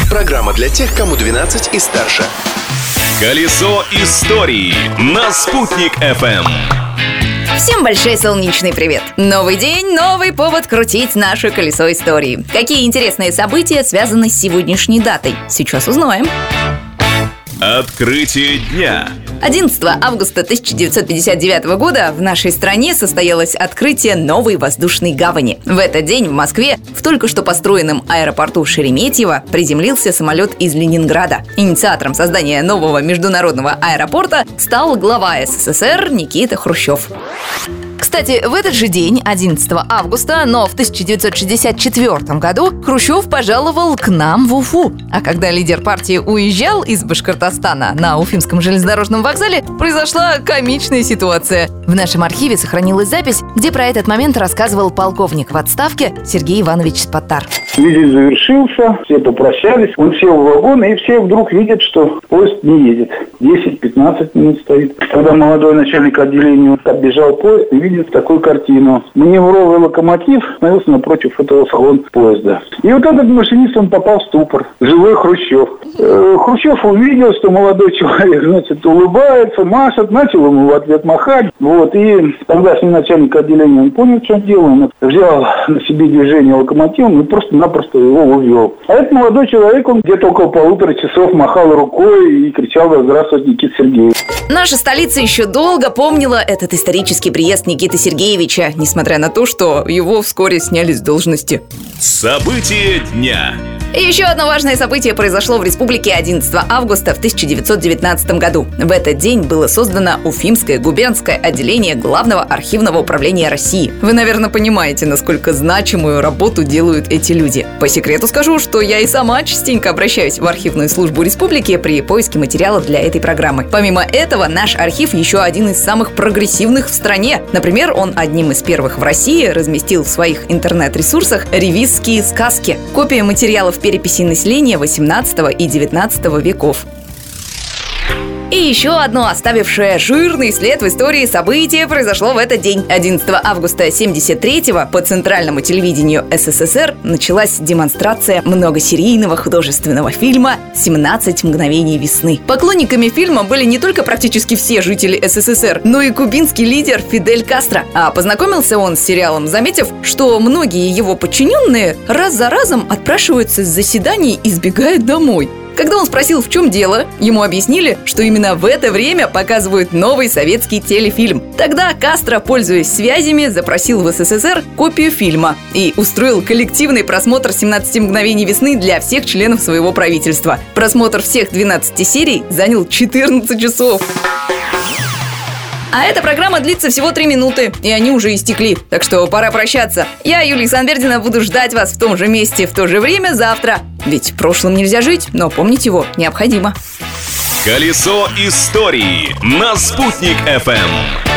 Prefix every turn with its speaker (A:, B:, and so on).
A: Программа для тех, кому 12 и старше.
B: Колесо истории на Спутник FM.
C: Всем большой солнечный привет! Новый день, новый повод крутить наше колесо истории. Какие интересные события связаны с сегодняшней датой? Сейчас узнаем.
B: Открытие дня.
C: 11 августа 1959 года в нашей стране состоялось открытие новой воздушной гавани. В этот день в Москве в только что построенном аэропорту Шереметьево приземлился самолет из Ленинграда. Инициатором создания нового международного аэропорта стал глава СССР Никита Хрущев. Кстати, в этот же день, 11 августа, но в 1964 году, Хрущев пожаловал к нам в Уфу. А когда лидер партии уезжал из Башкортостана на Уфимском железнодорожном вокзале, произошла комичная ситуация. В нашем архиве сохранилась запись, где про этот момент рассказывал полковник в отставке Сергей Иванович Спатар.
D: Визит завершился, все попрощались, он сел в вагон, и все вдруг видят, что поезд не едет. 10-15 минут стоит. Когда молодой начальник отделения оббежал поезд и видит такую картину. Маневровый локомотив остановился напротив этого салона поезда. И вот этот машинист, он попал в ступор. Живой Хрущев. Хрущев увидел, что молодой человек, значит, улыбается, машет, начал ему в ответ махать. Вот, и тогдашний начальник отделения, он понял, что дело, он взял на себе движение локомотивом и просто-напросто его увел. А этот молодой человек, он где-то около 1,5 часов махал рукой и кричал: «Здравствуйте, Никита Сергеевич».
C: Наша столица еще долго помнила этот исторический приезд Никиты Сергеевича, несмотря на то, что его вскоре сняли с должности.
B: События дня.
C: И еще одно важное событие произошло в республике 11 августа в 1919 году. В этот день было создано Уфимское губернское отделение Главного архивного управления России. Вы, наверное, понимаете, насколько значимую работу делают эти люди. По секрету скажу, что я и сама частенько обращаюсь в архивную службу республики при поиске материалов для этой программы. Помимо этого, наш архив еще один из самых прогрессивных в стране. Например, он одним из первых в России разместил в своих интернет-ресурсах ревизские сказки. Копия материалов переписи населения 18 и 19 веков. И еще одно оставившее жирный след в истории событие произошло в этот день. 11 августа 1973-го по центральному телевидению СССР началась демонстрация многосерийного художественного фильма «17 мгновений весны». Поклонниками фильма были не только практически все жители СССР, но и кубинский лидер Фидель Кастро. А познакомился он с сериалом, заметив, что многие его подчиненные раз за разом отпрашиваются с заседаний и сбегают домой. Когда он спросил, в чем дело, ему объяснили, что именно в это время показывают новый советский телефильм. Тогда Кастро, пользуясь связями, запросил в СССР копию фильма и устроил коллективный просмотр «17 мгновений весны» для всех членов своего правительства. Просмотр всех 12 серий занял 14 часов. А эта программа длится всего 3 минуты, и они уже истекли, так что пора прощаться. Я, Юлия Санвердина, буду ждать вас в том же месте, в то же время завтра. Ведь прошлым нельзя жить, но помнить его необходимо.
B: Колесо истории на Спутник FM.